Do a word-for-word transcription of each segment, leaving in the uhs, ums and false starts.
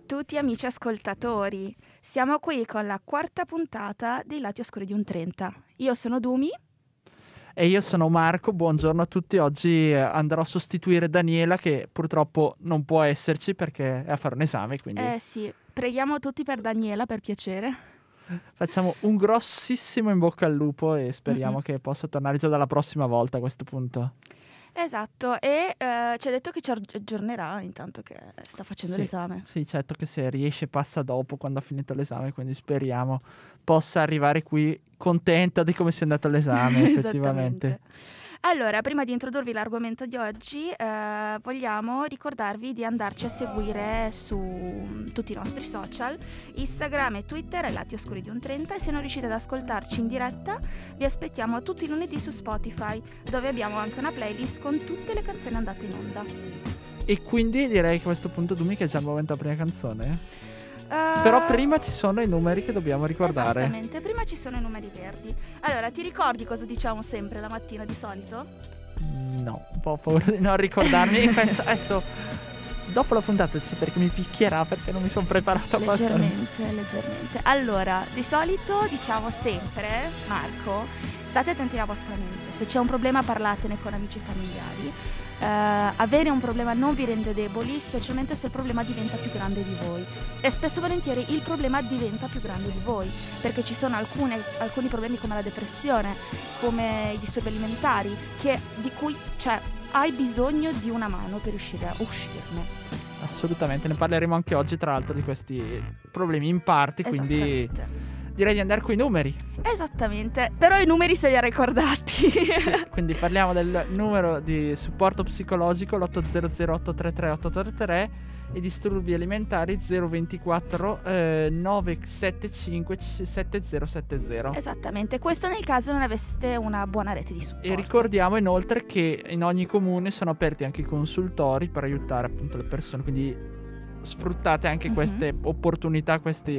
tutti amici ascoltatori, siamo qui con la quarta puntata dei Lati Oscuri di un trenta. Io sono Dumi. E io sono Marco, buongiorno a tutti. Oggi andrò a sostituire Daniela che purtroppo non può esserci perché è a fare un esame, quindi Eh sì, preghiamo tutti per Daniela, per piacere. facciamo un grossissimo in bocca al lupo e speriamo Mm-mm. che possa tornare già dalla prossima volta a questo punto. Esatto, e eh, ci ha detto che ci aggiornerà intanto che sta facendo Sì, l'esame. sì, certo che se riesce passa dopo quando ha finito l'esame, quindi speriamo possa arrivare qui contenta di come sia andato l'esame effettivamente. Esattamente. Allora, prima di introdurvi l'argomento di oggi, eh, vogliamo ricordarvi di andarci a seguire su mm, tutti i nostri social, Instagram e Twitter, ai Lati Oscuri di un trenta, e se non riuscite ad ascoltarci in diretta, vi aspettiamo tutti i lunedì su Spotify, dove abbiamo anche una playlist con tutte le canzoni andate in onda. E quindi direi che a questo punto Dumi che è già il momento della prima canzone. Uh, Però prima ci sono i numeri che dobbiamo ricordare. Esattamente, prima ci sono i numeri verdi. Allora, ti ricordi cosa diciamo sempre la mattina di solito? No, un po' ho paura di non ricordarmi. E penso, adesso, dopo la puntata, perché mi picchierà perché non mi sono preparato abbastanza. Leggermente, leggermente. Allora, di solito diciamo sempre, Marco, state attenti alla vostra mente. Se c'è un problema parlatene con amici e familiari. Uh, avere un problema non vi rende deboli, specialmente se il problema diventa più grande di voi, e spesso e volentieri il problema diventa più grande di voi, perché ci sono alcune, alcuni problemi come la depressione, come i disturbi alimentari, che, di cui cioè, hai bisogno di una mano per riuscire a uscirne. Assolutamente, ne parleremo anche oggi tra l'altro di questi problemi in parte, quindi direi di andare coi numeri. Esattamente, però i numeri se li ha ricordati. Sì, quindi parliamo del numero di supporto psicologico, l'otto zero zero otto tre tre otto tre tre, e disturbi alimentari zero ventiquattro eh, nove sette cinque sette zero sette zero. Esattamente, questo nel caso non aveste una buona rete di supporto. E ricordiamo inoltre che in ogni comune sono aperti anche i consultori per aiutare appunto le persone, quindi sfruttate anche mm-hmm. queste opportunità, questi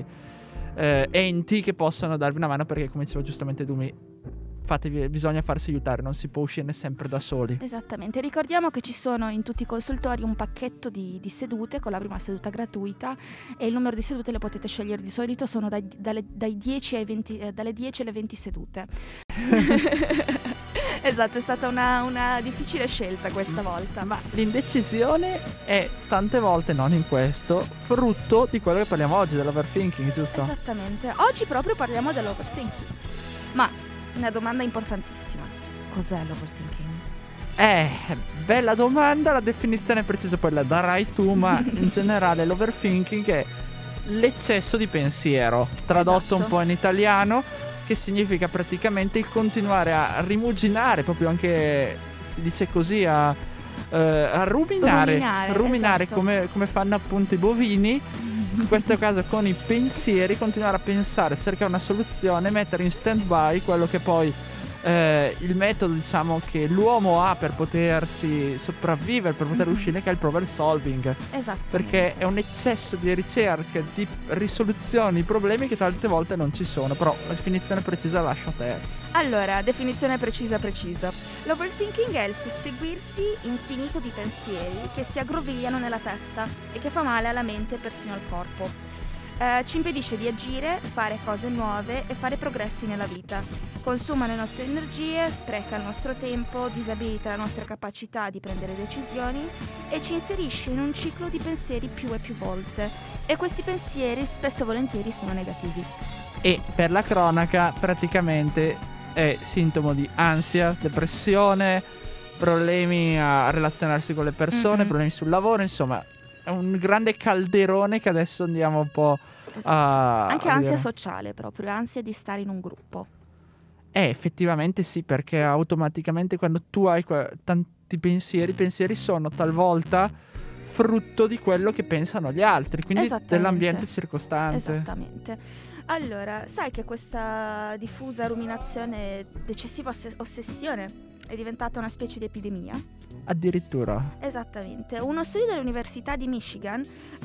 Eh, enti che possono darvi una mano, perché come diceva giustamente Dumi, fatevi, bisogna farsi aiutare, non si può uscirne sempre da soli. Esattamente, ricordiamo che ci sono in tutti i consultori un pacchetto di, di sedute con la prima seduta gratuita, e il numero di sedute le potete scegliere, di solito sono dai, dalle, dai dieci ai venti, eh, dalle dieci alle venti sedute. Esatto, è stata una, una difficile scelta questa volta. Ma l'indecisione è tante volte, non in questo, frutto di quello che parliamo oggi, dell'overthinking, giusto? Esattamente. Oggi proprio parliamo dell'overthinking. Ma una domanda importantissima: cos'è l'overthinking? Eh, bella domanda, la definizione precisa poi la darai tu, ma in generale l'overthinking è l'eccesso di pensiero, tradotto esatto. un po' in italiano, che significa praticamente il continuare a rimuginare, proprio anche si dice così, a, eh, a ruminare, ruminare, ruminare esatto. come, come fanno appunto i bovini, in questo caso con i pensieri, continuare a pensare, cercare una soluzione, mettere in stand by quello che poi eh, il metodo, diciamo, che l'uomo ha per potersi sopravvivere, per poter mm-hmm. uscire, che è il problem solving. Esatto. Perché è un eccesso di ricerche, di risoluzioni di problemi che tante volte non ci sono. Però la definizione precisa la lascio a te. Allora, definizione precisa precisa. L'overthinking è il susseguirsi infinito di pensieri che si aggrovigliano nella testa e che fa male alla mente e persino al corpo. Eh, ci impedisce di agire, fare cose nuove e fare progressi nella vita. Consuma le nostre energie, spreca il nostro tempo, disabilita la nostra capacità di prendere decisioni e ci inserisce in un ciclo di pensieri più e più volte. E questi pensieri spesso e volentieri sono negativi. E per la cronaca praticamente è sintomo di ansia, depressione, problemi a relazionarsi con le persone, mm-hmm. problemi sul lavoro, insomma è un grande calderone che adesso andiamo un po' esatto. a anche a ansia vedere. sociale, proprio ansia di stare in un gruppo. Eh, effettivamente sì, perché automaticamente quando tu hai que- tanti pensieri, i pensieri sono talvolta frutto di quello che pensano gli altri, quindi dell'ambiente circostante. Esattamente. Allora, sai che questa diffusa ruminazione ed eccessiva oss- ossessione è diventata una specie di epidemia? Addirittura. Esattamente. Uno studio dell'Università di Michigan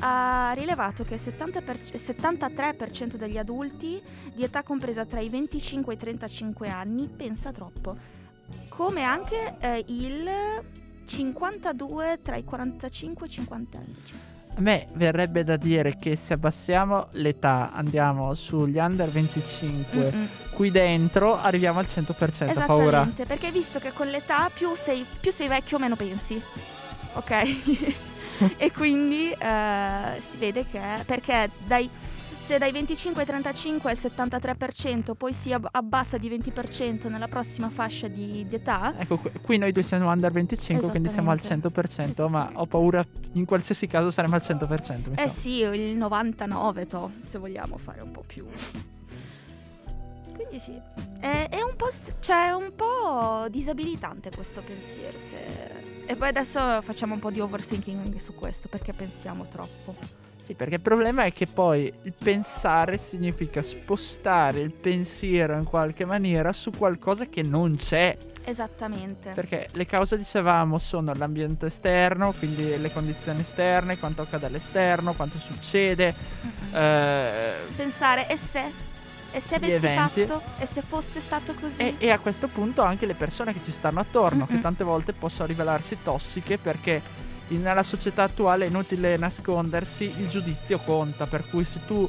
ha rilevato che il settanta per, settantatré per cento degli adulti di età compresa tra i venticinque e i trentacinque anni pensa troppo, come anche eh, il cinquantadue tra i quarantacinque e i cinquanta anni. A me verrebbe da dire che se abbassiamo l'età, andiamo sugli under venticinque, Mm-mm. qui dentro arriviamo al cento per cento. Esattamente, Paura. perché hai visto che con l'età più sei, più sei vecchio meno pensi, ok? E quindi eh, si vede che perché dai, se dai venticinque ai trentacinque è il settantatré per cento, poi si ab- abbassa di venti per cento nella prossima fascia di, di età. Ecco, qui- qui noi due siamo under venticinque, quindi siamo al cento per cento, ma ho paura in qualsiasi caso saremo al cento per cento. Mi Eh sa. sì, il novantanove to, se vogliamo fare un po' più. Quindi sì, è, è un po' st- cioè è un po' disabilitante questo pensiero. Se... E poi adesso facciamo un po' di overthinking anche su questo, perché pensiamo troppo. Sì, perché il problema è che poi il pensare significa spostare il pensiero in qualche maniera su qualcosa che non c'è. Esattamente. Perché le cause, dicevamo, sono l'ambiente esterno, quindi le condizioni esterne, quanto accade all'esterno, quanto succede. Mm-mm. eh, Pensare, e se? E se Gli avessi eventi. fatto? E se fosse stato così? e, e a questo punto anche le persone che ci stanno attorno, Mm-mm. che tante volte possono rivelarsi tossiche, perché in- nella società attuale è inutile nascondersi, il giudizio conta, per cui se tu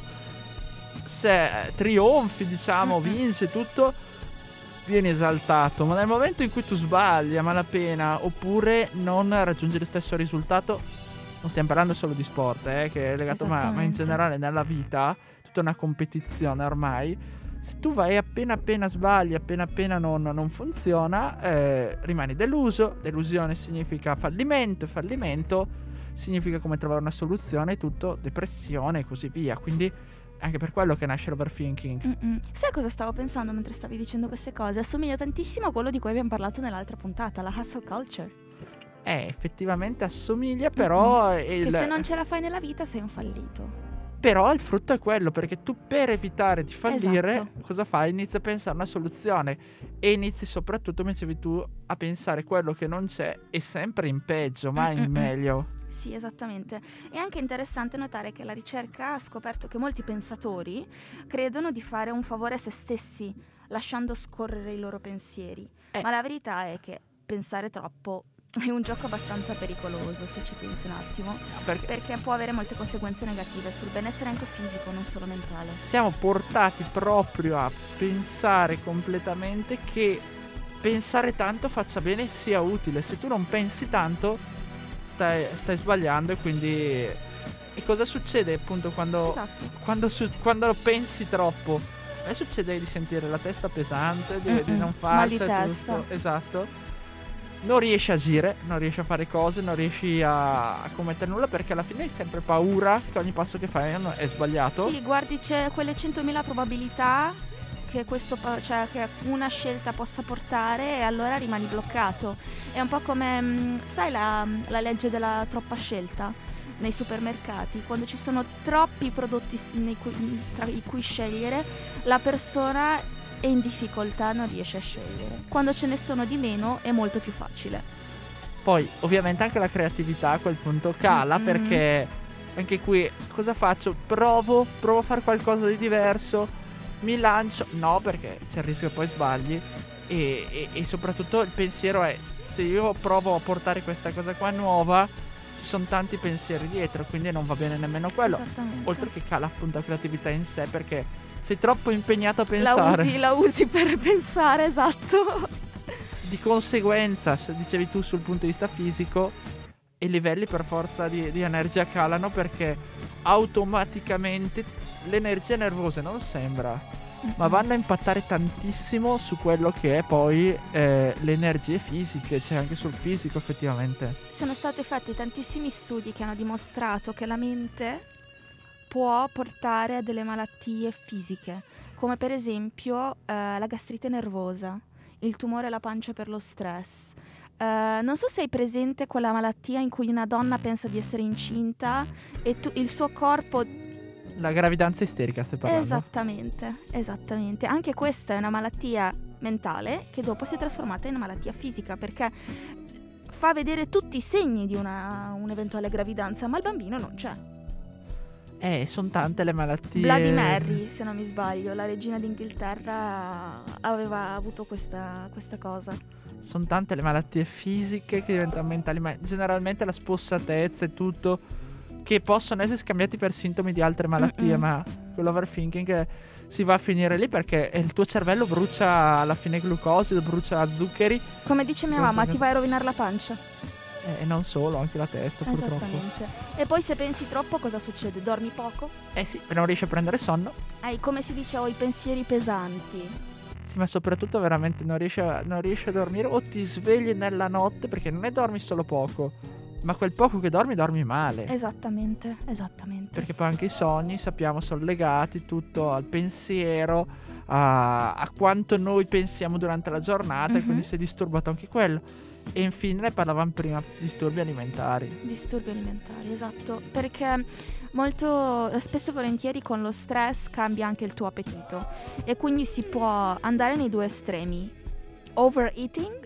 se trionfi, diciamo, Mm-mm. vinci tutto, vieni esaltato, ma nel momento in cui tu sbagli a malapena oppure non raggiungi lo stesso risultato, non stiamo parlando solo di sport, eh, che è legato, ma, ma in Esattamente. generale nella vita, tutta una competizione ormai. Se tu vai appena appena sbagli, appena appena non, non funziona, eh, rimani deluso. Delusione significa fallimento, fallimento significa come trovare una soluzione, tutto depressione e così via. Quindi è anche per quello che nasce l'overthinking. Mm-mm. Sai cosa stavo pensando mentre stavi dicendo queste cose? Assomiglia tantissimo a quello di cui abbiamo parlato nell'altra puntata, la hustle culture. Eh, effettivamente assomiglia, però è il... Che se non ce la fai nella vita sei un fallito. Però il frutto è quello, perché tu per evitare di fallire, Esatto. cosa fai? Inizi a pensare a una soluzione e inizi soprattutto, come dicevi tu, a pensare quello che non c'è e sempre in peggio, mai in Mm-mm. meglio. Sì, esattamente. È anche interessante notare che la ricerca ha scoperto che molti pensatori credono di fare un favore a se stessi, lasciando scorrere i loro pensieri. Eh. Ma la verità è che pensare troppo è un gioco abbastanza pericoloso, se ci pensi un attimo, Perché perché può avere molte conseguenze negative sul benessere anche fisico, non solo mentale. siamo portati proprio a pensare completamente che pensare tanto faccia bene e sia utile. Se tu non pensi tanto, stai, stai sbagliando, e quindi... E cosa succede appunto quando... Esatto. Quando, su- quando pensi troppo? A me succede di sentire la testa pesante, di, di Mm-mm. non Mal di farcela testa. tutto. Esatto. Non riesci a agire, non riesci a fare cose, non riesci a, a commettere nulla, perché alla fine hai sempre paura che ogni passo che fai è sbagliato. Sì, guardi, c'è quelle centomila probabilità che, questo, po- cioè, che una scelta possa portare, e allora rimani bloccato. È un po' come, mh, sai la, la legge della troppa scelta nei supermercati? Quando ci sono troppi prodotti s- nei cui- tra i cui scegliere, la persona è in difficoltà, non riesce a scegliere. Quando ce ne sono di meno è molto più facile. Poi ovviamente anche la creatività a quel punto cala, Mm-mm. perché anche qui cosa faccio? Provo, provo a fare qualcosa di diverso, mi lancio, no, perché c'è il rischio che poi sbagli, e, e- e soprattutto il pensiero è: se io provo a portare questa cosa qua nuova, ci sono tanti pensieri dietro, quindi non va bene nemmeno quello. Esattamente. Oltre che cala appunto la creatività in sé, perché sei troppo impegnato a la pensare. usi, la usi per pensare, esatto. Di conseguenza, se dicevi tu sul punto di vista fisico, i livelli per forza di, di energia calano, perché automaticamente le energie nervose, non sembra, ma vanno a impattare tantissimo su quello che è poi eh, le energie fisiche, cioè anche sul fisico effettivamente. Sono stati fatti tantissimi studi che hanno dimostrato che la mente può portare a delle malattie fisiche, come per esempio eh, la gastrite nervosa, il tumore alla pancia per lo stress. Eh, non so se hai presente quella malattia in cui una donna pensa di essere incinta e tu- il suo corpo... La gravidanza isterica stai parlando? Esattamente, esattamente. Anche questa è una malattia mentale che dopo si è trasformata in una malattia fisica, perché fa vedere tutti i segni di una, un'eventuale gravidanza, ma il bambino non c'è. Eh, sono tante le malattie. Bloody Mary, se non mi sbaglio, la regina d'Inghilterra aveva avuto questa, questa cosa. Sono tante le malattie fisiche che diventano mentali, ma generalmente la spossatezza e tutto che possono essere scambiati per sintomi di altre malattie, Mm-mm. ma con l'overthinking si va a finire lì perché il tuo cervello brucia alla fine glucosio, brucia zuccheri. Come dice mia mamma, ti vai a rovinare la pancia. E non solo, anche la testa purtroppo. Esattamente. E poi se pensi troppo cosa succede? Dormi poco? Eh sì, non riesci a prendere sonno. Hai, come si dice, ho i pensieri pesanti. Sì, ma soprattutto veramente non riesci, a, non riesci a dormire o ti svegli nella notte perché non è dormi solo poco, ma quel poco che dormi dormi male. Esattamente, esattamente. Perché poi anche i sogni, sappiamo, sono legati tutto al pensiero, a, a quanto noi pensiamo durante la giornata, Mhm. e quindi si è disturbato anche quello. E infine ne parlavamo prima, disturbi alimentari. Disturbi alimentari, esatto, perché molto spesso e volentieri con lo stress cambia anche il tuo appetito e quindi si può andare nei due estremi, overeating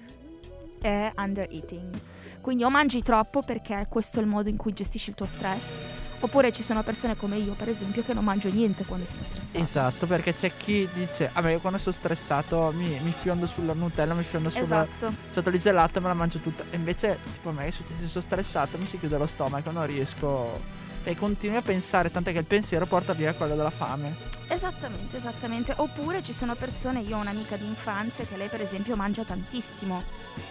e undereating. Quindi o mangi troppo perché questo è il modo in cui gestisci il tuo stress, oppure ci sono persone come io, per esempio, che non mangio niente quando sono stressata. Esatto, perché c'è chi dice, vabbè, io quando sono stressato mi, mi fiondo sulla Nutella, mi fiondo sulla Esatto. ciotolina gelata e me la mangio tutta. E invece, tipo a me, se sono stressato mi si chiude lo stomaco, non riesco. E continui a pensare, tant'è che il pensiero porta via quello della fame. Esattamente, esattamente. Oppure ci sono persone, io ho un'amica di infanzia che lei per esempio mangia tantissimo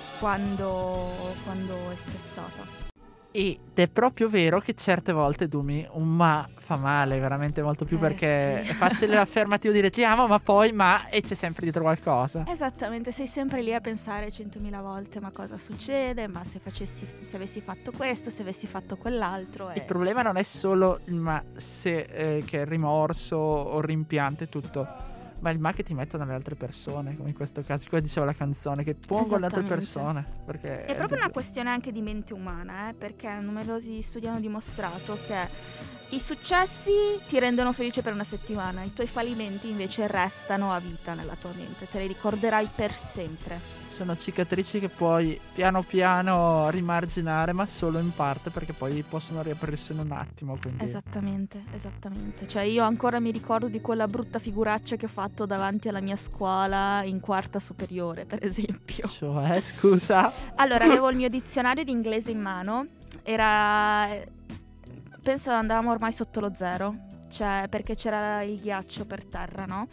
quando, quando è stressata. Ed è proprio vero che certe volte, Dumi, un ma fa male veramente molto più, Eh, perché sì. è facile l'affermativo dire ti amo, ma poi ma e c'è sempre dietro qualcosa. Esattamente, sei sempre lì a pensare centomila volte ma cosa succede, ma se facessi, se avessi fatto questo, se avessi fatto quell'altro. Il E... problema non è solo il ma se, eh, che è il rimorso o il rimpianto e tutto, ma il ma che ti mettono le altre persone, come in questo caso, come diceva la canzone, che pongo le altre Esattamente. persone. Perché È proprio una questione anche di mente umana, eh, perché numerosi studi hanno dimostrato che i successi ti rendono felice per una settimana, i tuoi fallimenti invece restano a vita nella tua mente, te li ricorderai per sempre. sono cicatrici che puoi piano piano rimarginare, ma solo in parte, perché poi possono riaprirsi in un attimo. Quindi... Esattamente, esattamente. Cioè io ancora mi ricordo di quella brutta figuraccia che ho fatto davanti alla mia scuola in quarta superiore, per esempio. Cioè, scusa. Allora, avevo il mio dizionario di inglese in mano, era... penso andavamo ormai sotto lo zero, cioè perché c'era il ghiaccio per terra, no?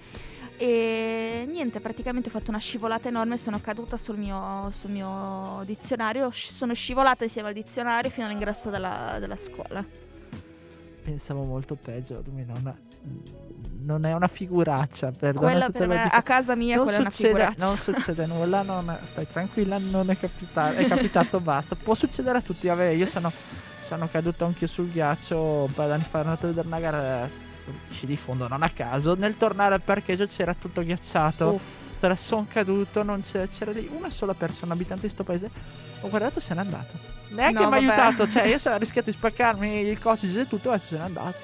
E niente, praticamente ho fatto una scivolata enorme, sono caduta sul mio, sul mio dizionario, sci- sono scivolata insieme al dizionario fino all'ingresso della, della scuola. Pensavo molto peggio, Dumi, non, non è una figuraccia, perdona Quella se per te lo me, dico. a casa mia, Non quella è una succede, figuraccia. non succede nulla, non, stai tranquilla, non è capitato, è capitato, basta. Può succedere a tutti, vabbè, io sono, sono caduto anch'io sul ghiaccio un paio d'anni fa, ero andato a vedere una gara sci di fondo, non a caso. Nel tornare al parcheggio c'era tutto ghiacciato. Uff. Sono caduto, non c'era, c'era lì una sola persona abitante di sto paese. Ho guardato e se n'è andato. Neanche No, mi ha vabbè. aiutato. Cioè, io ho rischiato di spaccarmi il coccyge e tutto, adesso se n'è andato.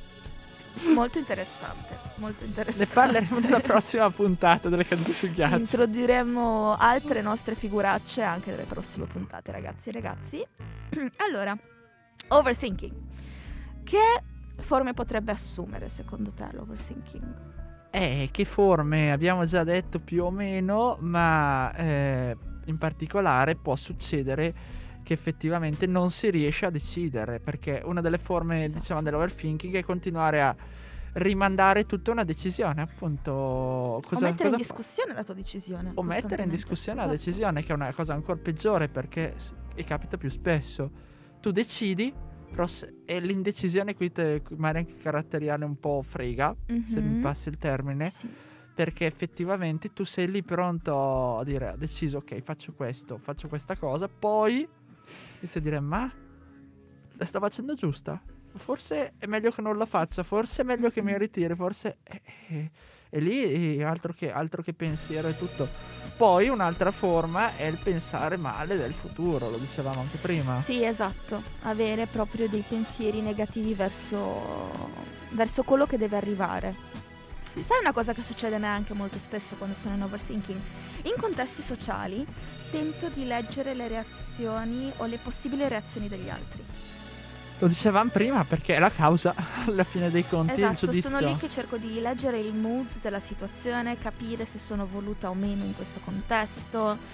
Molto interessante, molto interessante. Ne parleremo nella prossima puntata delle cadute sul ghiaccio. Introdurremo altre nostre figuracce anche nelle prossime puntate, ragazzi e ragazzi. Allora, overthinking. Che forme potrebbe assumere secondo te l'overthinking? Eh, che forme abbiamo già detto più o meno, ma eh, in particolare può succedere che effettivamente non si riesce a decidere, perché una delle forme, Esatto. diciamo, dell'overthinking è continuare a rimandare tutta una decisione, appunto. Cosa, o mettere in cosa fa? discussione la tua decisione. O mettere in costantemente. discussione la Esatto. decisione, che è una cosa ancora peggiore, perché s- e capita più spesso. Tu decidi, però se- e l'indecisione qui te, magari anche caratteriale un po' frega, se mi Mhm. passi il termine, Sì. perché effettivamente tu sei lì pronto a dire, ho deciso, ok, faccio questo, faccio questa cosa, poi inizi a dire, ma la sto facendo giusta? Forse è meglio che non la faccia, forse è meglio che mi ritiri, forse... E, e- e lì altro che, altro che pensiero e tutto. Poi un'altra forma è il pensare male del futuro, lo dicevamo anche prima. Sì, esatto, avere proprio dei pensieri negativi verso, verso quello che deve arrivare. Sai una cosa che succede a me anche molto spesso quando sono in overthinking? In contesti sociali tento di leggere le reazioni o le possibili reazioni degli altri. Lo dicevamo prima, perché è la causa, alla fine dei conti, il Esatto, giudizio. sono lì che cerco di leggere il mood della situazione, capire se sono voluta o meno in questo contesto.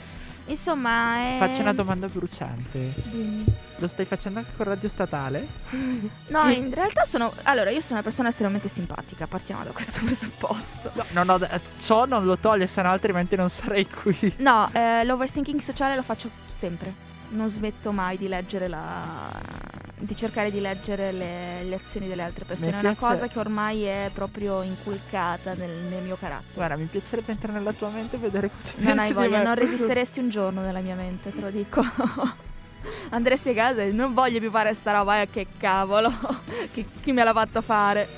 Insomma, è... Faccio una domanda bruciante. Dimmi. Lo stai facendo anche con Radio Statale? No, in realtà sono... Allora, io sono una persona estremamente simpatica, partiamo da questo presupposto. No, no, no, ciò non lo toglie, se no altrimenti non sarei qui. No, eh, l'overthinking sociale lo faccio sempre. Non smetto mai di leggere la... di cercare di leggere le, le azioni delle altre persone. È una piace... cosa che ormai è proprio inculcata nel, nel mio carattere. Guarda, mi piacerebbe entrare nella tua mente e vedere cosa non pensi hai voglia, di me. Non resisteresti un giorno nella mia mente, te lo dico. Andresti a casa e non voglio più fare sta roba, eh, che cavolo. chi, chi me l'ha fatto fare?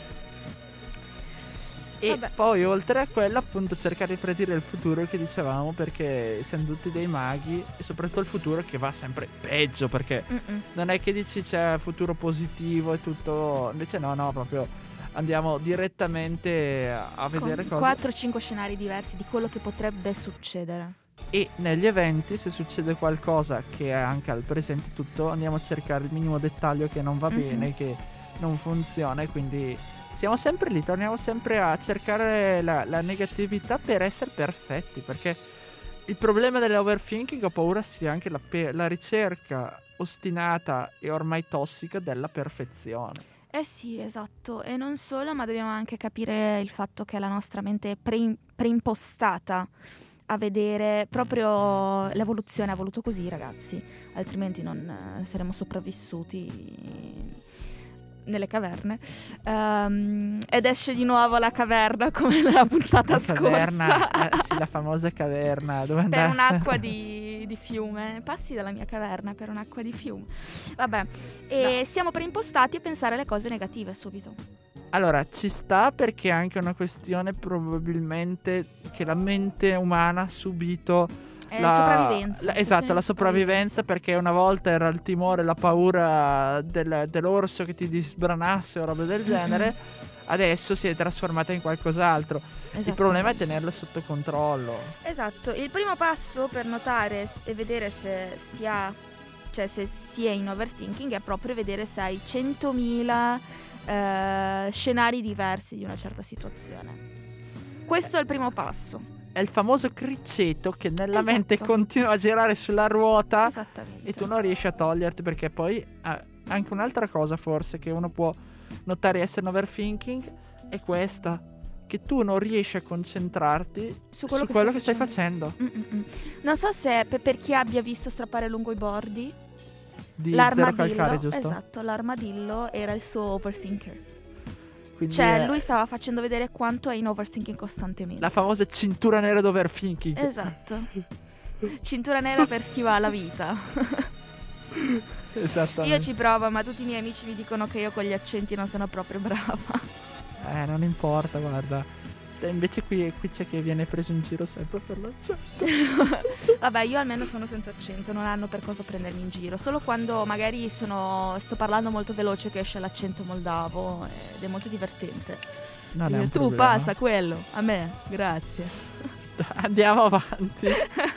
E Vabbè. poi oltre a quello appunto cercare di predire il futuro che dicevamo, perché siamo tutti dei maghi, e soprattutto il futuro che va sempre peggio, perché Mm-mm. non è che dici c'è futuro positivo e tutto, invece no no proprio andiamo direttamente a vedere con cose, quattro cinque scenari diversi di quello che potrebbe succedere. E negli eventi, se succede qualcosa che è anche al presente tutto, andiamo a cercare il minimo dettaglio che non va mm-hmm. bene, che non funziona, e quindi siamo sempre lì, torniamo sempre a cercare la, la negatività per essere perfetti, perché il problema dell'overthinking, ho paura, sia anche la, pe- la ricerca ostinata e ormai tossica della perfezione. Eh sì, esatto, e non solo, ma dobbiamo anche capire il fatto che la nostra mente è pre- preimpostata a vedere proprio l'evoluzione, ha voluto così, ragazzi, altrimenti non eh, saremmo sopravvissuti nelle caverne, um, ed esce di nuovo la caverna come nella puntata la scorsa. Caverna, eh, sì, la famosa caverna dove per andare? un'acqua di, di fiume. Passi dalla mia caverna per un'acqua di fiume. Vabbè, e no. Siamo preimpostati a pensare alle cose negative subito. Allora, ci sta, perché è anche una questione probabilmente che la mente umana ha subito. Eh, la sopravvivenza, la, esatto, la sopravvivenza, sopravvivenza, perché una volta era il timore, la paura del, dell'orso che ti disbranasse o robe del genere, adesso si è trasformata in qualcos'altro. Il problema è tenerla sotto controllo. Esatto, il primo passo per notare e vedere se si ha, cioè se si è in overthinking, è proprio vedere se hai centomila eh, scenari diversi di una certa situazione. Questo è il primo passo. È il famoso criceto che nella esatto. mente continua a girare sulla ruota. Esattamente. E tu non riesci a toglierti, perché poi eh, anche un'altra cosa forse che uno può notare essere in overthinking è questa, che tu non riesci a concentrarti su quello, su che, quello stai che stai facendo. Mm-mm. Non so se per, per chi abbia visto Strappare lungo i bordi di l'armadillo, Zero Calcare, giusto? Esatto, l'armadillo era il suo overthinker. Quindi cioè è... lui stava facendo vedere quanto è in overthinking costantemente. La famosa cintura nera d'overthinking. Esatto. Cintura nera per schivare la vita. Esattamente. Io ci provo, ma tutti i miei amici mi dicono che io con gli accenti non sono proprio brava. Eh, non importa, guarda. Invece qui, qui c'è che viene preso in giro sempre per l'accento. Vabbè, io almeno sono senza accento, non hanno per cosa prendermi in giro. Solo quando magari sono sto parlando molto veloce che esce l'accento moldavo, ed è molto divertente. Non è un tu problema. passa quello, a me, grazie. Andiamo avanti.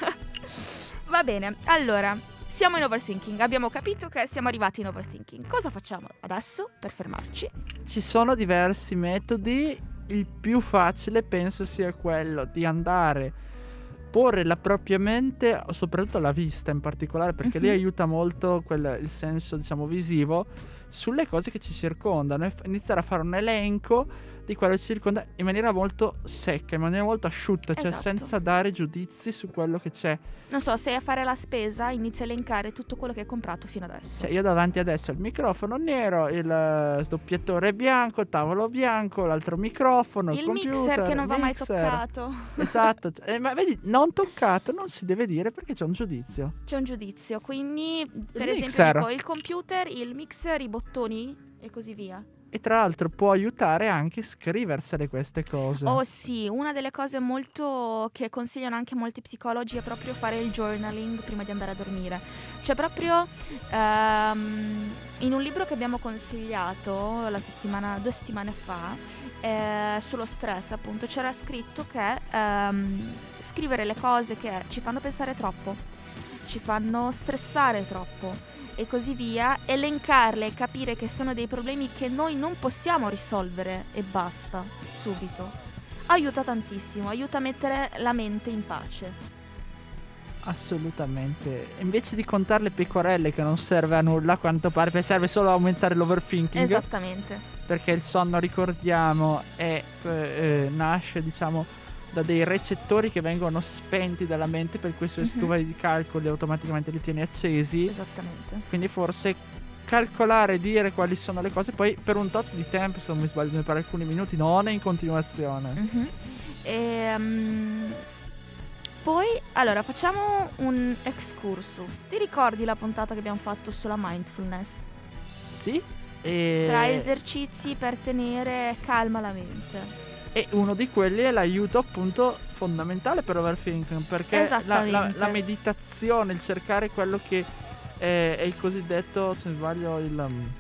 Va bene, allora, siamo in overthinking, abbiamo capito che siamo arrivati in overthinking. Cosa facciamo adesso per fermarci? Ci sono diversi metodi. Il più facile penso sia quello di andare, porre la propria mente, soprattutto la vista in particolare, perché uh-huh. lì aiuta molto quel, il senso, diciamo, visivo, sulle cose che ci circondano, e f- iniziare a fare un elenco di quello che ci circonda in maniera molto secca, in maniera molto asciutta, cioè esatto. senza dare giudizi su quello che c'è. Non so, sei a fare la spesa, inizia a elencare tutto quello che hai comprato fino adesso. Cioè io davanti adesso ho il microfono nero, il uh, sdoppiatore bianco, il tavolo bianco, l'altro microfono, il, il computer, mixer che non va mai mixer. toccato. Esatto, eh, ma vedi, non toccato non si deve dire, perché c'è un giudizio. C'è un giudizio, quindi per il esempio mixer. dico, il computer, il mixer, i bottoni e così via. E tra l'altro può aiutare anche a scriversele queste cose. Oh sì, una delle cose molto che consigliano anche molti psicologi è proprio fare il journaling prima di andare a dormire. Cioè proprio um, in un libro che abbiamo consigliato la settimana, due settimane fa, eh, sullo stress appunto, c'era scritto che um, scrivere le cose che ci fanno pensare troppo, ci fanno stressare troppo e così via, elencarle e capire che sono dei problemi che noi non possiamo risolvere e basta, subito, aiuta tantissimo, aiuta a mettere la mente in pace. Assolutamente. Invece di contare le pecorelle, che non serve a nulla a quanto pare, perché serve solo a aumentare l'overthinking. Esattamente. Perché il sonno, ricordiamo, è, eh, nasce, diciamo, da dei recettori che vengono spenti dalla mente, per questo mm-hmm. se tu vai di calcoli automaticamente li tieni accesi. Esattamente. Quindi forse calcolare, dire quali sono le cose, poi per un tot di tempo, se non mi sbaglio, per alcuni minuti, non è in continuazione. Mm-hmm. E, um, poi, allora, facciamo un excursus. Ti ricordi la puntata che abbiamo fatto sulla mindfulness? Sì. E... tra esercizi per tenere calma la mente. E uno di quelli è l'aiuto appunto fondamentale per overthinking, perché la, la, la meditazione, il cercare quello che è, è il cosiddetto, se non sbaglio, il, um,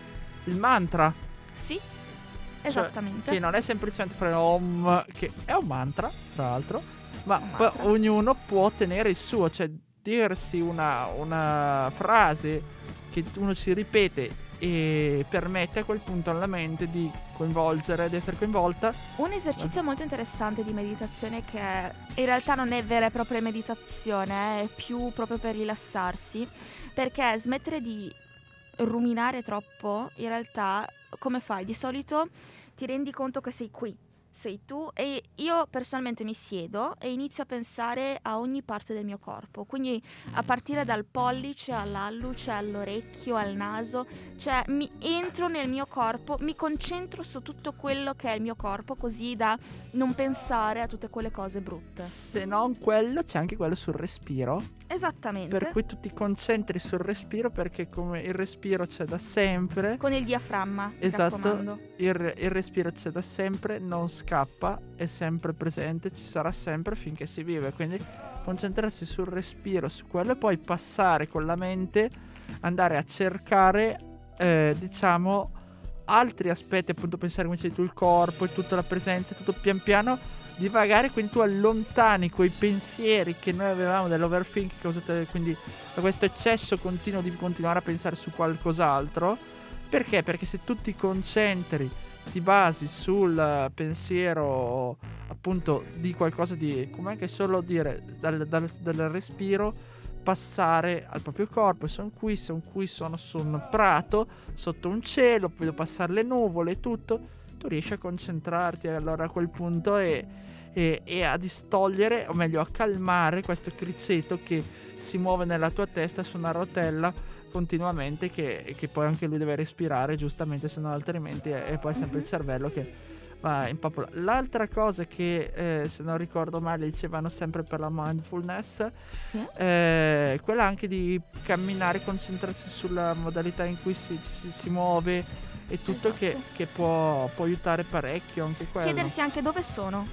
il mantra. Sì, esattamente. Cioè, che non è semplicemente fare om, che è un mantra, tra l'altro, ma un poi mantra, ognuno sì. può tenere il suo, cioè dirsi una, una frase che uno si ripete e permette a quel punto alla mente di coinvolgere, di essere coinvolta. Un esercizio molto interessante di meditazione, che in realtà non è vera e propria meditazione, è più proprio per rilassarsi, perché smettere di ruminare troppo, in realtà come fai? Di solito ti rendi conto che sei qui, sei tu, e io personalmente mi siedo e inizio a pensare a ogni parte del mio corpo, quindi a partire dal pollice all'alluce, all'orecchio, al naso, cioè mi entro nel mio corpo, mi concentro su tutto quello che è il mio corpo, così da non pensare a tutte quelle cose brutte. Se non quello, c'è anche quello sul respiro. Esattamente. Per cui tu ti concentri sul respiro, perché come il respiro c'è da sempre. Con il diaframma. Esatto. Il, il respiro c'è da sempre, non scappa, è sempre presente, ci sarà sempre finché si vive. Quindi concentrarsi sul respiro, su quello, e poi passare con la mente, andare a cercare, eh, diciamo, altri aspetti, appunto pensare, come dicevi tu, il corpo e tutta la presenza, tutto pian piano divagare, quindi tu allontani quei pensieri che noi avevamo dell'overthinking, causate quindi da questo eccesso continuo di continuare a pensare su qualcos'altro. Perché? Perché se tu ti concentri, ti basi sul pensiero appunto di qualcosa di, come anche solo dire dal, dal, dal respiro, passare al proprio corpo. Sono qui, sono qui, sono su un prato, sotto un cielo, vedo passare le nuvole e tutto, tu riesci a concentrarti allora a quel punto e, e, e a distogliere, o meglio a calmare questo criceto che si muove nella tua testa su una rotella continuamente, che, che poi anche lui deve respirare giustamente, se no altrimenti è, è poi sempre il cervello che va in pappola. L'altra cosa che eh, se non ricordo male dicevano sempre per la mindfulness, sì. eh, quella anche di camminare, concentrarsi sulla modalità in cui si, si, si muove e tutto, esatto. che, che può, può aiutare parecchio anche quello. Chiedersi anche dove sono,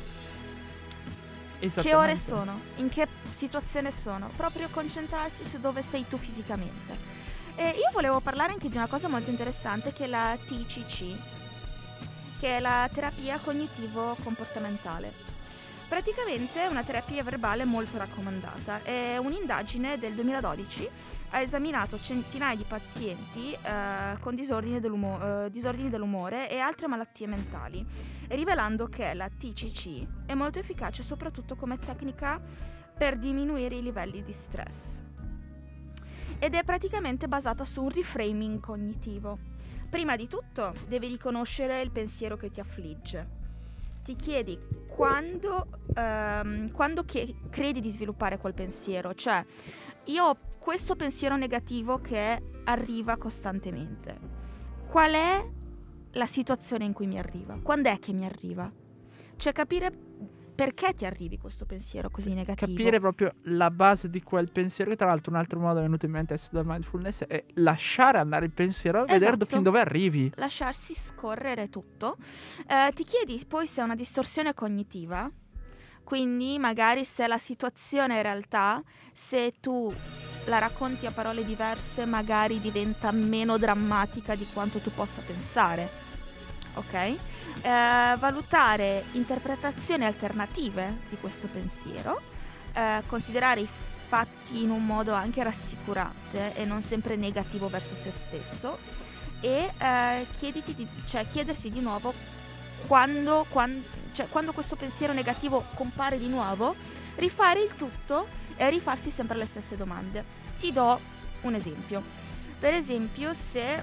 che ore sono, in che situazione sono, proprio concentrarsi su dove sei tu fisicamente. E io volevo parlare anche di una cosa molto interessante, che è la T C C, che è la terapia cognitivo-comportamentale. Praticamente è una terapia verbale molto raccomandata. È un'indagine del duemiladodici, ha esaminato centinaia di pazienti eh, con disordini, dell'umo- eh, disordini dell'umore e altre malattie mentali, rivelando che la T C C è molto efficace soprattutto come tecnica per diminuire i livelli di stress. Ed è praticamente basata su un reframing cognitivo. Prima di tutto devi riconoscere il pensiero che ti affligge. Ti chiedi quando, ehm, quando che credi di sviluppare quel pensiero. Cioè, io ho questo pensiero negativo che arriva costantemente. Qual è la situazione in cui mi arriva? Quando è che mi arriva? Cioè, capire perché ti arrivi questo pensiero così negativo. Capire proprio la base di quel pensiero, che tra l'altro un altro modo è venuto in mente adesso dal mindfulness è lasciare andare il pensiero, esatto. Vedere do- fin dove arrivi. Lasciarsi scorrere tutto. Eh, ti chiedi poi se è una distorsione cognitiva, quindi magari se la situazione in realtà, se tu la racconti a parole diverse, magari diventa meno drammatica di quanto tu possa pensare. Ok? Eh, valutare interpretazioni alternative di questo pensiero, eh, considerare i fatti in un modo anche rassicurante e non sempre negativo verso se stesso, e eh, chiediti di, cioè, chiedersi di nuovo quando, quando, cioè, quando questo pensiero negativo compare di nuovo, rifare il tutto e rifarsi sempre le stesse domande. Ti do un esempio. Per esempio, se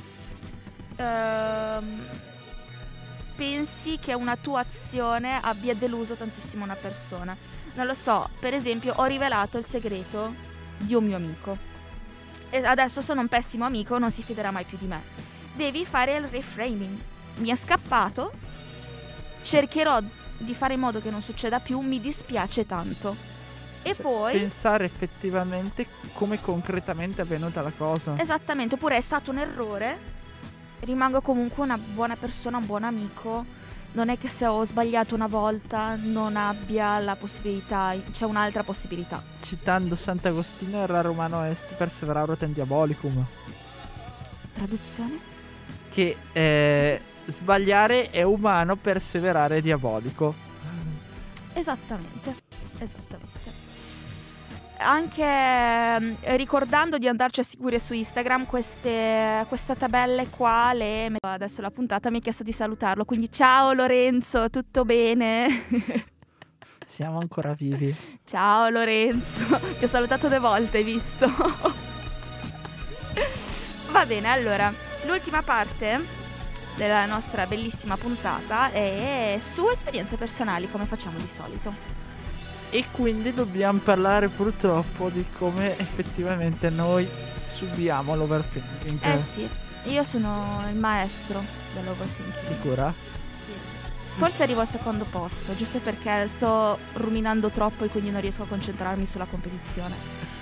ehm, pensi che una tua azione abbia deluso tantissimo una persona. Non lo so, per esempio, ho rivelato il segreto di un mio amico e adesso sono un pessimo amico, non si fiderà mai più di me. Devi fare il reframing. Mi è scappato, cercherò di fare in modo che non succeda più, mi dispiace tanto. E cioè, poi pensare effettivamente come concretamente è avvenuta la cosa. Esattamente, oppure è stato un errore, rimango comunque una buona persona, un buon amico. Non è che se ho sbagliato una volta non abbia la possibilità, c'è un'altra possibilità. Citando Sant'Agostino, era romano est perseverare ten diabolicum. Traduzione? Che eh, sbagliare è umano, perseverare è diabolico. Esattamente, esattamente. Anche eh, ricordando di andarci a seguire su Instagram queste, queste tabelle qua, le, adesso la puntata mi ha chiesto di salutarlo, quindi ciao Lorenzo, tutto bene? Siamo ancora vivi. Ciao Lorenzo, ti ho salutato due volte, hai visto? Va bene, allora, l'ultima parte della nostra bellissima puntata è su esperienze personali, come facciamo di solito. E quindi dobbiamo parlare purtroppo di come effettivamente noi subiamo l'overthinking. Eh sì, io sono il maestro dell'overthinking. Sicura? Sì. Forse arrivo al secondo posto, giusto perché sto ruminando troppo e quindi non riesco a concentrarmi sulla competizione.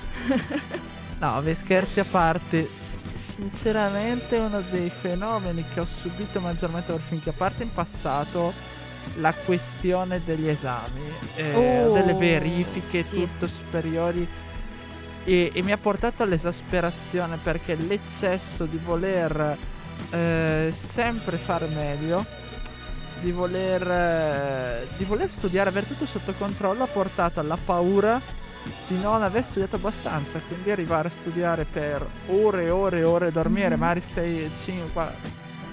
No, beh, scherzi a parte, sinceramente uno dei fenomeni che ho subito maggiormente overthinking, a parte in passato la questione degli esami, eh, oh, delle verifiche, sì. tutto superiori, e, e mi ha portato all'esasperazione, perché l'eccesso di voler eh, sempre fare meglio, di voler, eh, di voler studiare, avere tutto sotto controllo, ha portato alla paura di non aver studiato abbastanza, quindi arrivare a studiare per ore e ore e ore, dormire Mm-hmm. magari sei, cinque,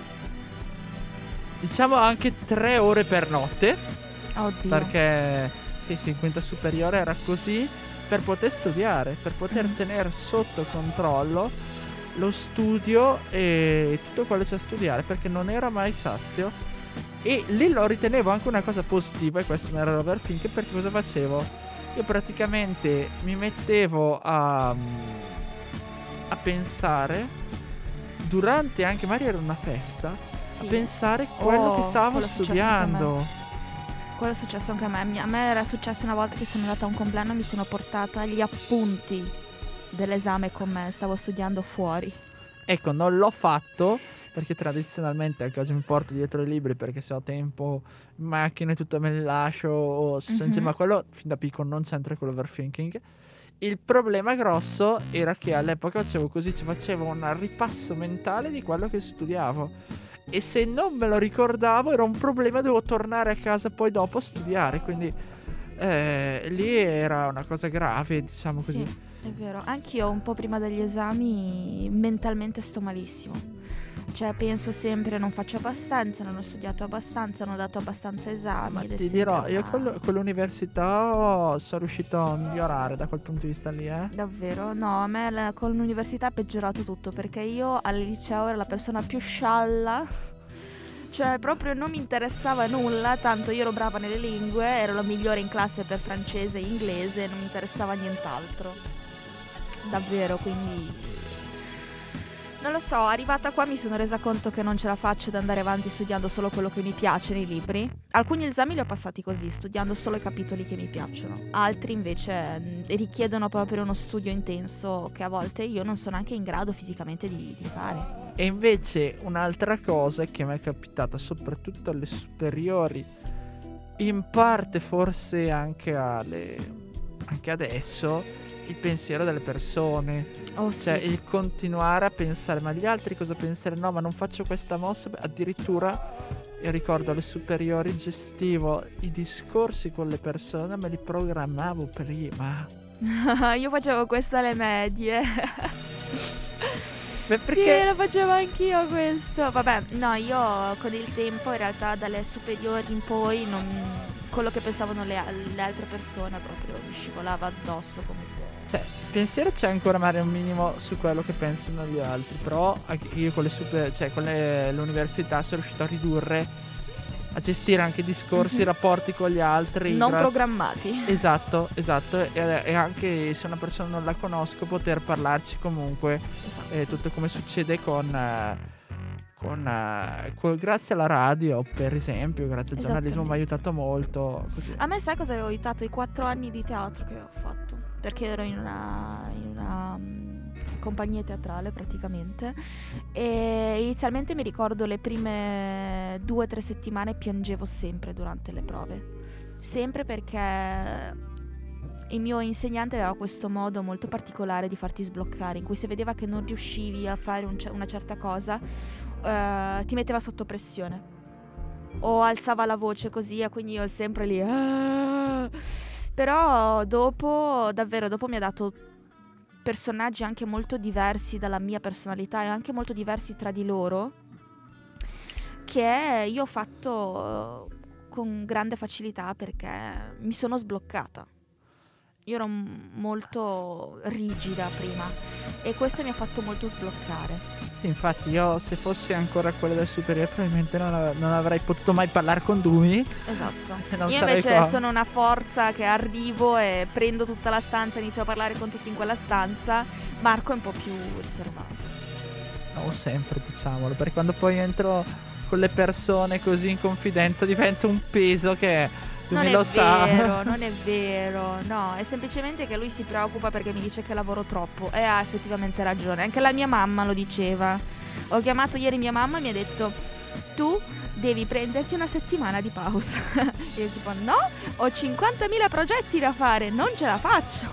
diciamo anche tre ore per notte, Oddio. perché sì sì in quinta superiore era così, per poter studiare, per poter Mm. tenere sotto controllo lo studio e tutto quello che c'è da studiare, perché non era mai sazio. E lì lo ritenevo anche una cosa positiva, e questo non era l'overthinking, perché cosa facevo? Io praticamente mi mettevo a, a pensare durante, anche magari era una festa, Sì. a pensare quello Oh, che stavo quello è successo anche a me. studiando. Quello è successo anche a me. Mi- A me era successo una volta che sono andata a un compleanno e mi sono portata gli appunti dell'esame con me. Stavo studiando fuori. Ecco, non l'ho fatto perché tradizionalmente anche oggi mi porto dietro i libri, perché se ho tempo in macchina e tutto me li lascio, o se Mhm. ma quello fin da piccolo non c'entra con l'overthinking. Il problema grosso era che all'epoca facevo così, cioè facevo un ripasso mentale di quello che studiavo, e se non me lo ricordavo era un problema, dovevo tornare a casa poi dopo a studiare, quindi eh, lì era una cosa grave, diciamo così. Sì, è vero. Anch'io un po' prima degli esami mentalmente sto malissimo. Cioè penso sempre non faccio abbastanza, non ho studiato abbastanza, non ho dato abbastanza esami. Ma ed è ti sempre dirò, io una- con, con l'università sono riuscito a migliorare da quel punto di vista lì, eh. Davvero? No, a me la- con l'università è peggiorato tutto, perché io al liceo ero la persona più scialla. Cioè proprio non mi interessava nulla, tanto io ero brava nelle lingue, ero la migliore in classe per francese e inglese, non mi interessava nient'altro. Davvero, quindi non lo so, arrivata qua mi sono resa conto che non ce la faccio ad andare avanti studiando solo quello che mi piace nei libri. Alcuni esami li ho passati così, studiando solo i capitoli che mi piacciono. Altri invece mh, richiedono proprio uno studio intenso che a volte io non sono anche in grado fisicamente di, di fare. E invece un'altra cosa che mi è capitata soprattutto alle superiori, in parte forse anche alle anche adesso, il pensiero delle persone. Oh sì. Cioè il continuare a pensare, ma gli altri cosa penseranno? No, ma non faccio questa mossa. Addirittura io ricordo alle superiori gestivo i discorsi con le persone, me li programmavo prima. Io facevo questo alle medie. Beh, Sì, perché lo facevo anch'io questo. Vabbè, no, io con il tempo in realtà dalle superiori in poi non... quello che pensavano le, le altre persone proprio mi scivolava addosso come se cioè, pensiero c'è ancora magari un minimo su quello che pensano gli altri, però anche io con le super, cioè con le, l'università sono riuscito a ridurre, a gestire anche discorsi, Mhm. rapporti con gli altri. Non grazie- programmati. Esatto, esatto, e, e anche se una persona non la conosco poter parlarci comunque, Esatto. eh, tutto come succede con, eh, con, eh, co- grazie alla radio per esempio, grazie al giornalismo mi ha aiutato molto, così. A me sai cosa avevo aiutato? I quattro anni di teatro che ho fatto, perché ero in una, in una mm, compagnia teatrale praticamente, e inizialmente mi ricordo le prime due o tre settimane piangevo sempre durante le prove, sempre perché il mio insegnante aveva questo modo molto particolare di farti sbloccare, in cui se vedeva che non riuscivi a fare un ce- una certa cosa, eh, ti metteva sotto pressione o alzava la voce così, e quindi io sempre lì. "Ah". Però dopo, davvero, dopo mi ha dato personaggi anche molto diversi dalla mia personalità e anche molto diversi tra di loro, che io ho fatto eh, con grande facilità perché mi sono sbloccata. Io ero m- molto rigida prima e questo mi ha fatto molto sbloccare. Sì, infatti io se fossi ancora quella del superiore probabilmente non, av- non avrei potuto mai parlare con Dumi. Esatto. E non Io sarei invece qua. sono una forza che arrivo e prendo tutta la stanza, inizio a parlare con tutti in quella stanza. Marco è un po' più riservato. Non sempre, diciamolo, perché quando poi entro con le persone così in confidenza diventa un peso che Non Dumi è lo sa. vero, non è vero. No, è semplicemente che lui si preoccupa perché mi dice che lavoro troppo e ha effettivamente ragione. Anche la mia mamma lo diceva. Ho chiamato ieri mia mamma e mi ha detto: tu devi prenderti una settimana di pausa. E io tipo no, ho cinquantamila progetti da fare, non ce la faccio.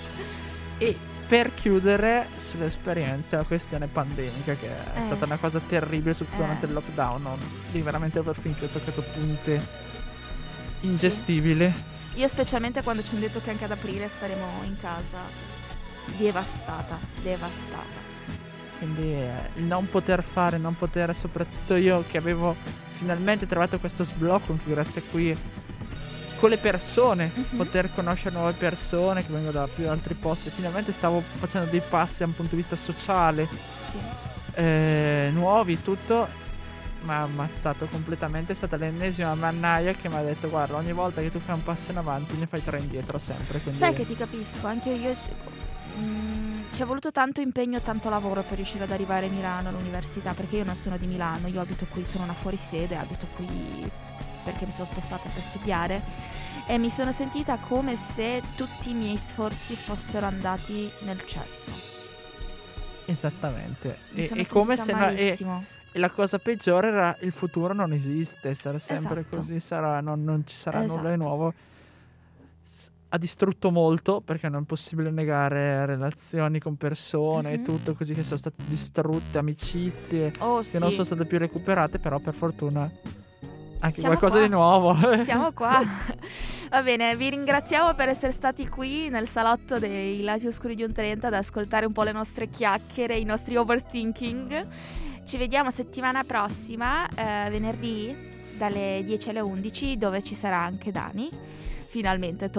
E per chiudere sull'esperienza, la questione pandemica, che è Eh. stata una cosa terribile, soprattutto Eh. durante il lockdown. no? Lì veramente Overthink ho toccato punte ingestibili. Io specialmente quando ci hanno detto che anche ad aprile staremo in casa, devastata, devastata. Quindi eh, il non poter fare, non poter, soprattutto io che avevo finalmente trovato questo sblocco, anche grazie a qui con le persone, Mhm. poter conoscere nuove persone che vengono da più altri posti. Finalmente stavo facendo dei passi da un punto di vista sociale, Sì. eh, nuovi, tutto. Ma ha ammazzato completamente. È stata l'ennesima mannaia che mi ha detto: guarda, ogni volta che tu fai un passo in avanti ne fai tre indietro sempre. Quindi Sai che ti capisco, anche io mm, ci è voluto tanto impegno e tanto lavoro per riuscire ad arrivare a Milano all'università, perché io non sono di Milano, io abito qui, sono una fuorisede, abito qui perché mi sono spostata per studiare e mi sono sentita come se tutti i miei sforzi fossero andati nel cesso. Esattamente. Mi E, sono e come sentita se no, e, malissimo. e la cosa peggiore era il futuro non esiste, sarà sempre Esatto. così, sarà, non, non ci sarà nulla di Esatto. nuovo. S- ha distrutto molto, perché non è possibile negare relazioni con persone e Mhm. tutto, così che sono state distrutte, amicizie Oh che sì, non sono state più recuperate, però per fortuna anche Siamo qualcosa qua. di nuovo. siamo qua. Va bene, vi ringraziamo per essere stati qui nel salotto dei Lati Oscuri di un trenta ad ascoltare un po' le nostre chiacchiere, i nostri overthinking. Ci vediamo settimana prossima, eh, venerdì, dalle dieci alle undici, dove ci sarà anche Dani. Finalmente